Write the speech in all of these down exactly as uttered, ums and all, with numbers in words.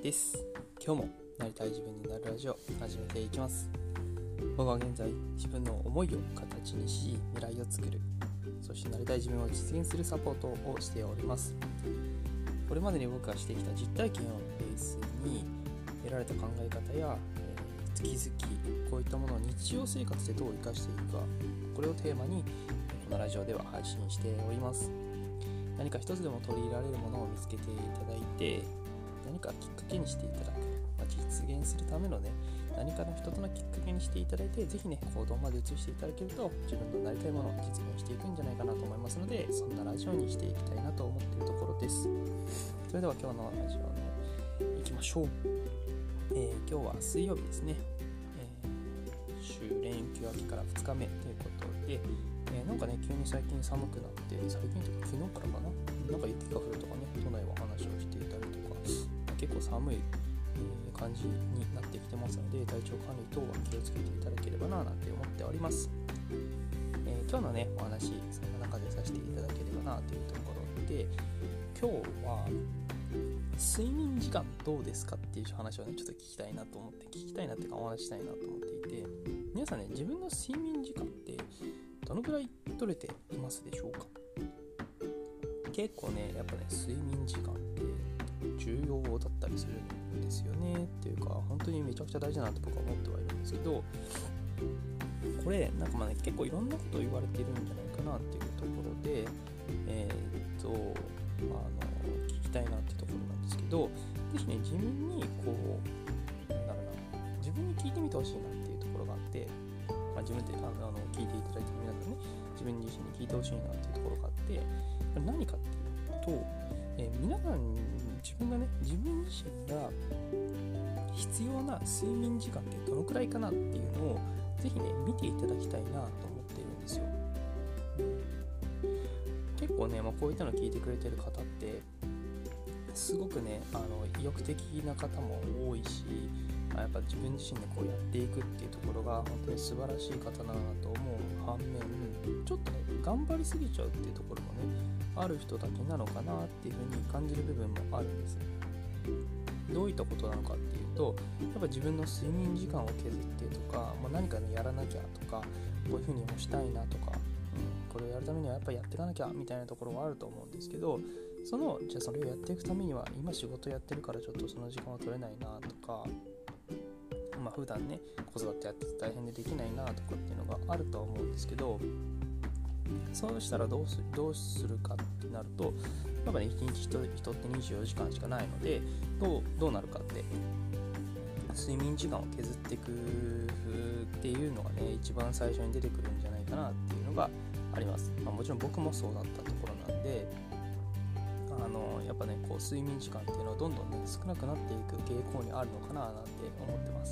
です。今日もなりたい自分になるラジオ始めていきます。僕は現在自分の思いを形にし未来を作る、そしてなりたい自分を実現するサポートをしております。これまでに僕がしてきた実体験をベースに得られた考え方や、えー、気づき、こういったものを日常生活でどう生かしていくか、これをテーマにこのラジオでは配信しております。何か一つでも取り入れられるものを見つけていただいて、何かきっかけにしていただく、まあ、実現するためのね、何かの一つのきっかけにしていただいて、ぜひね、行動まで移していただけると、自分のなりたいものを実現していくんじゃないかなと思いますので、そんなラジオにしていきたいなと思っているところです。それでは今日のラジオね、いきましょう。えー、今日は水曜日ですね。えー、週連休明けからふつかめということで、えー、なんかね、急に最近寒くなって、最近というか昨日からかな、なんか雪が降るとかね、都内は話をしていたりとか、結構寒い感じになってきてますので、体調管理等は気をつけていただければななんて思っております。えー、今日のねお話、そんな中でさせていただければなというところで、今日は睡眠時間どうですかっていう話をねちょっと聞きたいなと思って聞きたいなっていうかお話したいなと思っていて、皆さんね、自分の睡眠時間ってどのくらい取れていますでしょうか？結構ね、やっぱね、睡眠時間って重要だったりするんですよねっていうか、本当にめちゃくちゃ大事だなと僕は思ってはいるんですけど、これなんかまあね、結構いろんなことを言われているんじゃないかなっていうところで、えー、っと、まあ、あの聞きたいなっていうところなんですけど、ぜひね、自分にこうなんだろうな、自分に聞いてみてほしいなっていうところがあって、まあ、自分であのあの聞いていただいている皆さんね、自分自身に聞いてほしいなっていうところがあって、何かっていうと、えー、皆さん自分がね、自分自身が必要な睡眠時間ってどのくらいかなっていうのをぜひね見ていただきたいなと思っているんですよ。結構ね、まあ、こういったの聞いてくれてる方ってすごくね、あの意欲的な方も多いし、やっぱ自分自身でこうやっていくっていうところが本当に素晴らしい方だなと思う反面、ちょっとね頑張りすぎちゃうっていうところもねある人たちなのかなっていうふうに感じる部分もあるんです。どういったことなのかっていうと、やっぱ自分の睡眠時間を削ってとか、まあ、何かねやらなきゃとか、こういうふうにもしたいなとか、うん、これをやるためにはやっぱりやっていかなきゃみたいなところはあると思うんですけど、そのじゃあそれをやっていくためには今仕事やってるからちょっとその時間は取れないなとか、まあ普段ね子育てやってて大変でできないなとかっていうのがあるとは思うんですけど、そうしたらどうする、どうするかってなると、やっぱね、いちにち人ってにじゅうよじかんしかないので、どう、どうなるかって、睡眠時間を削っていくっていうのがね、一番最初に出てくるんじゃないかなっていうのがあります。まあ、もちろん僕もそうだったところなんで、あのやっぱね、こう睡眠時間っていうのはどんどんね、少なくなっていく傾向にあるのかななんて思ってます。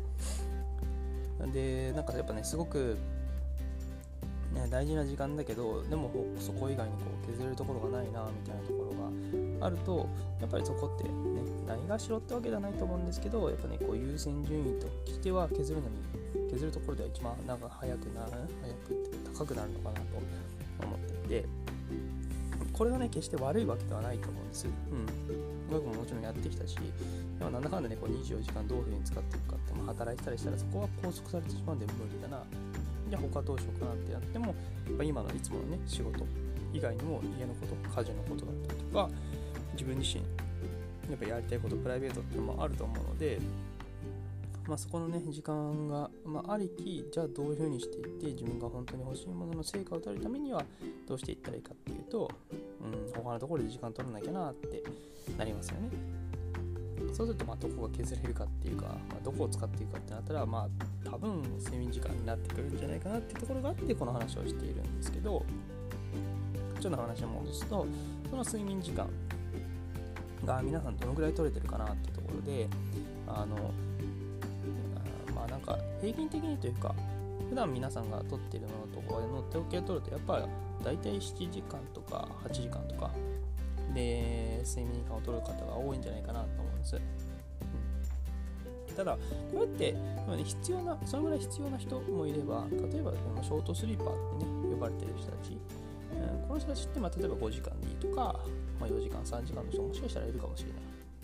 で、なんかやっぱね、すごくね、大事な時間だけど、でもそこ以外にこう削れるところがないなみたいなところがあると、やっぱりそこってね、何がしろってわけではないと思うんですけど、やっぱね、こう優先順位としては削るのに、削るところでは一番なんか早くなる、早くって高くなるのかなと思っていて、これはね、決して悪いわけではないと思うんです。うん。僕ももちろんやってきたし、でもなんだかんだね、こうにじゅうよじかんどういうふうに使っていくかって、まあ、働いてたりしたらそこは拘束されてしまうんで無理だな。じゃあ他どうしようかなってやっても、やっぱ今のいつものね仕事以外にも家のこと、家事のことだったりとか、自分自身やっぱやりたいこと、プライベートっていうのもあると思うので、まあ、そこのね時間が、まあ、ありき、じゃあどういうふうにしていって自分が本当に欲しいものの成果を取るためにはどうしていったらいいかっていうと、うん、他のところで時間取らなきゃなってなりますよね。そうするとまあどこが削れるかっていうか、まあ、どこを使っていくかってなったら、まあ多分睡眠時間になってくるんじゃないかなっていうところがあってこの話をしているんですけど、ちょっと話を戻すと、その睡眠時間が皆さんどのぐらい取れてるかなっていうところで、あのまあなんか平均的にというか、普段皆さんが取っているものとかの統計を取ると、やっぱりだいたいしちじかんとかはちじかんとかで睡眠時間を取る方が多いんじゃないかなと思うんです。うん、ただこうやって、まあね、必要なそのぐらい必要な人もいれば、例えばショートスリーパーってね呼ばれている人たち、うん、この人たちってまあ例えばごじかんでいいとか、まあ、よじかんさんじかんの人もしかしたらいるかもしれないんで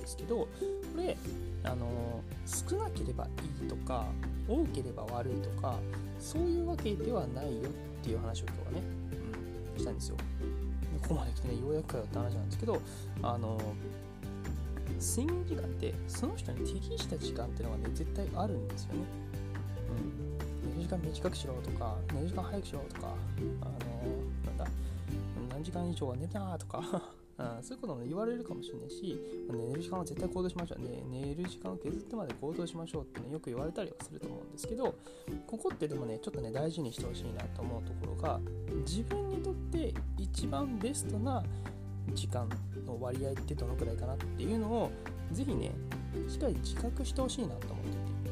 ですけど、これあの少なければいいとか多ければ悪いとかそういうわけではないよっていう話を今日はね、うん、したんですよ。ここまで来てねようやくかよって話なんですけど、あの睡眠時間ってその人に適した時間っていうのがね絶対あるんですよね。うん、寝る時間短くしろとか寝る時間早くしろとか、あのなんだ何時間以上は寝たとかあそういうことも言われるかもしれないし、寝る時間は絶対行動しましょうね、寝る時間を削ってまで行動しましょうって、ね、よく言われたりはすると思うんですけど、ここってでもねちょっとね大事にしてほしいなと思うところが、自分にとって一番ベストな時間の割合ってどのくらいかなっていうのをぜひねしっかり自覚してほしいなと思ってて、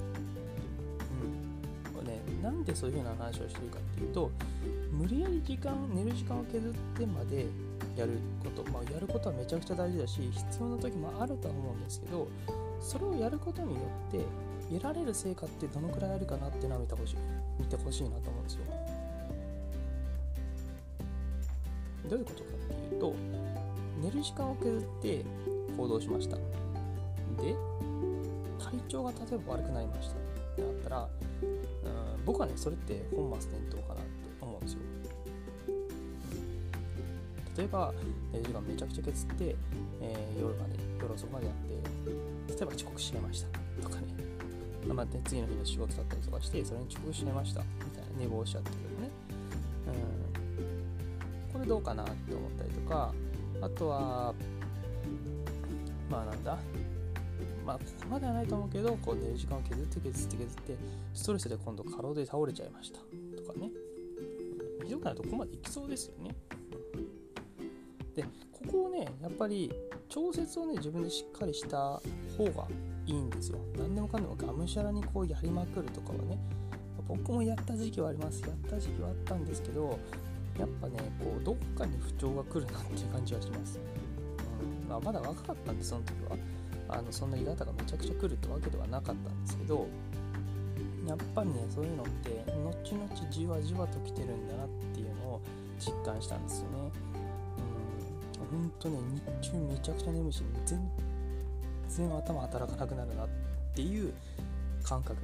うんこれね、なんでそういう風な話をしてるかっていうと、無理やり時間寝る時間を削ってまでやること、まあ、やることはめちゃくちゃ大事だし必要な時もあるとは思うんですけど、それをやることによって得られる成果ってどのくらいあるかなっていうのは見てほしい見てほしいなと思うんですよ。どういうことかっていうと、寝る時間を削って行動しました。で、体調が例えば悪くなりましたってなったら、うん僕はねそれって本末転倒かなって思うんですよ。例えば寝る時間めちゃくちゃ削って、えー、夜まで夜遅くまでやって例えば遅刻しちゃいましたとかね、まあ、ね次の日の仕事だったりとかしてそれに遅刻しちゃいましたみたいな寝坊しちゃってるよね、うん、これどうかなって思ったりとか、あとはまあなんだまあここまではないと思うけど、こう寝る時間を削って削って削ってストレスで今度過労で倒れちゃいましたとかね、ひどくなるとここまでいきそうですよね。でここをねやっぱり調節をね自分でしっかりした方がいいんですよ。何でもかんでもがむしゃらにこうやりまくるとかはね、僕もやった時期はあります。やった時期はあったんですけど、やっぱねこうどっかに不調が来るなっていう感じがします、うんまあ、まだ若かったんでその時はあのそんな胃がたがめちゃくちゃ来るってわけではなかったんですけど、やっぱりねそういうのって後々じわじわと来てるんだなっていうのを実感したんですよね。ほんとね日中めちゃくちゃ眠いし全然頭働かなくなるなっていう感覚です。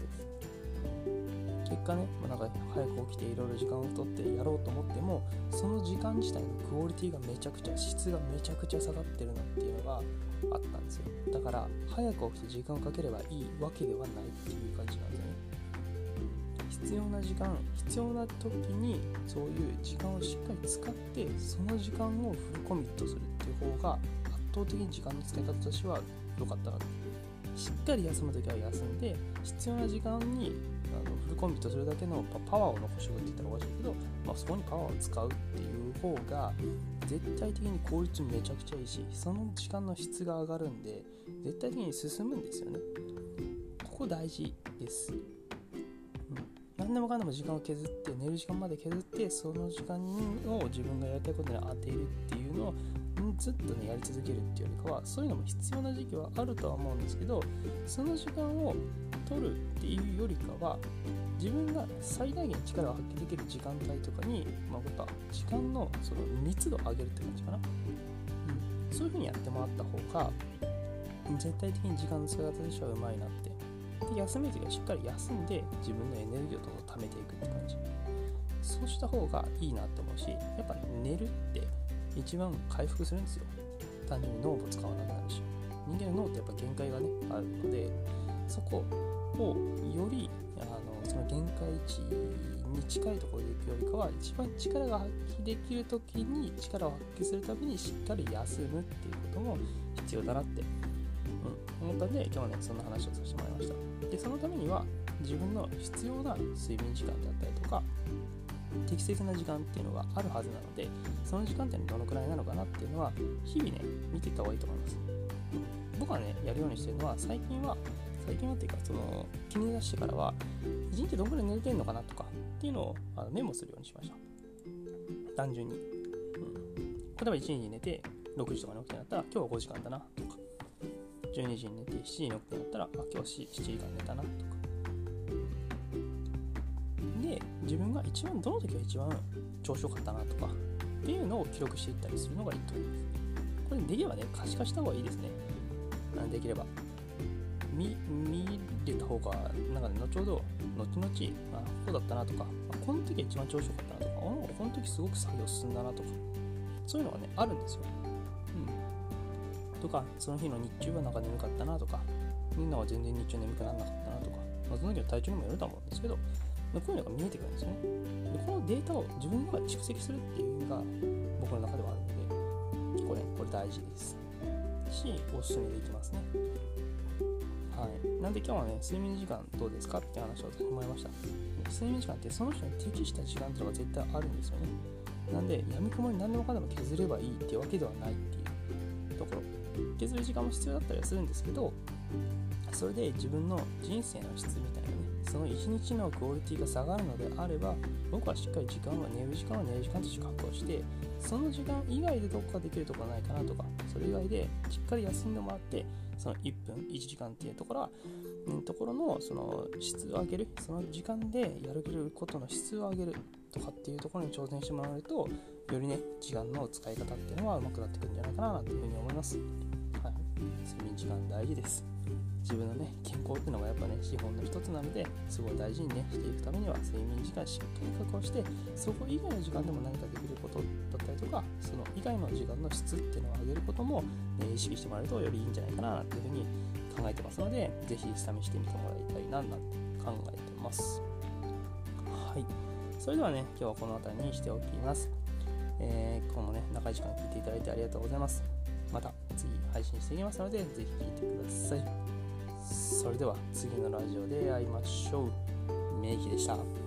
結果ね、まあ、なんか早く起きていろいろ時間をとってやろうと思ってもその時間自体のクオリティがめちゃくちゃ質がめちゃくちゃ下がってるなっていうのがあったんですよ。だから早く起きて時間をかければいいわけではないっていう感じなんですよね。必要な時間必要な時にそういう時間をしっかり使ってその時間をフルコミットするっていう方が圧倒的に時間の使い方としては良かったな。しっかり休む時は休んで必要な時間にあのフルコミットするだけのパワーを残しておくって言ったらおかしいけど、まあ、そこにパワーを使うっていう方が絶対的に効率めちゃくちゃいいし、その時間の質が上がるんで絶対的に進むんですよね。ここ大事です。何でもかんでも時間を削って寝る時間まで削ってその時間を自分がやりたいことに当てるっていうのをずっとねやり続けるっていうよりかは、そういうのも必要な時期はあるとは思うんですけど、その時間を取るっていうよりかは自分が最大限力を発揮できる時間帯とかに、まあ、やっぱ時間のその密度を上げるって感じかな、うん、そういう風にやってもらった方が絶対的に時間の使い方としてはうまいなって。で休めるときはしっかり休んで自分のエネルギーをどんどん貯めていくって感じ。そうした方がいいなって思うし、やっぱ寝るって一番回復するんですよ。単純に脳も使わなくなるし、人間の脳ってやっぱ限界がねあるので、そこをよりあのその限界値に近いところで行くよりかは一番力が発揮できるときに力を発揮するためにしっかり休むっていうことも必要だなって、うん、思ったんで今日はねそんな話をさせてもらいました。でそのためには自分の必要な睡眠時間であったりとか適切な時間っていうのがあるはずなので、その時間ってどのくらいなのかなっていうのは日々ね見ていった方がいいと思います。僕はねやるようにしてるのは最近は最近はっていうかその気に出してからはいちにちどのくらい寝てるのかなとかっていうのをあのメモするようにしました。単純に、うん、例えばいちにち寝てろくじとかに起きてなったら今日はごじかんだなとか、じゅうにじに寝てしちじに起きてなったらあ今日はしちじかん寝たなとかで、自分が一番どの時が一番調子良かったなとかっていうのを記録していったりするのがいいと思います。これできればね可視化した方がいいですね。 できれば見見れた方がなんかね、後ほど後々あこうだったなとか、あこの時が一番調子良かったなとか、あこの時すごく作業進んだなとか、そういうのがねあるんですよ。うん。とかその日の日中はなんか眠かったなとか、みんなは全然日中眠くならなかったなとか、まあ、その時の体調にもよると思うんですけど、まあ、こういうのが見えてくるんですよね。でこのデータを自分が蓄積するっていうのが僕の中ではあるので、結構ねこれ大事ですし、おすすめできますね。はい、なんで今日はね、睡眠時間どうですかって話を思いました。睡眠時間ってその人に適した時間っていうのが絶対あるんですよね。なんで、やみくもに何でもかんでも削ればいいっていうわけではないっていうところ。削る時間も必要だったりはするんですけど、それで自分の人生の質みたいなね、その一日のクオリティが下がるのであれば、僕はしっかり時間は寝る時間は寝る時間として確保して、その時間以外でどこかできるところないかなとか、それ以外でしっかり休んでもらって、そのいっぷん、いちじかんっていうところは、うん、ところのその質を上げる、その時間でやることの質を上げるとかっていうところに挑戦してもらえると、よりね、時間の使い方っていうのは上手くなってくるんじゃないかなというふうに思います。はい、睡眠時間大事です。自分のね、健康っていうのがやっぱね、資本の一つなので、すごい大事にね、していくためには、睡眠時間しっかり確保して、そこ以外の時間でも何かできることだったりとか、その以外の時間の質っていうのを上げることも、ね、意識してもらえるとよりいいんじゃないかなというふうに考えてますので、ぜひ試してみてもらいたいななんて考えてます。はい。それではね、今日はこの辺りにしておきます。えー、今日もね、長い時間聞いていただいてありがとうございます。また次配信していきますので、ぜひ聞いてください。それでは次のラジオで会いましょう。めいきでした。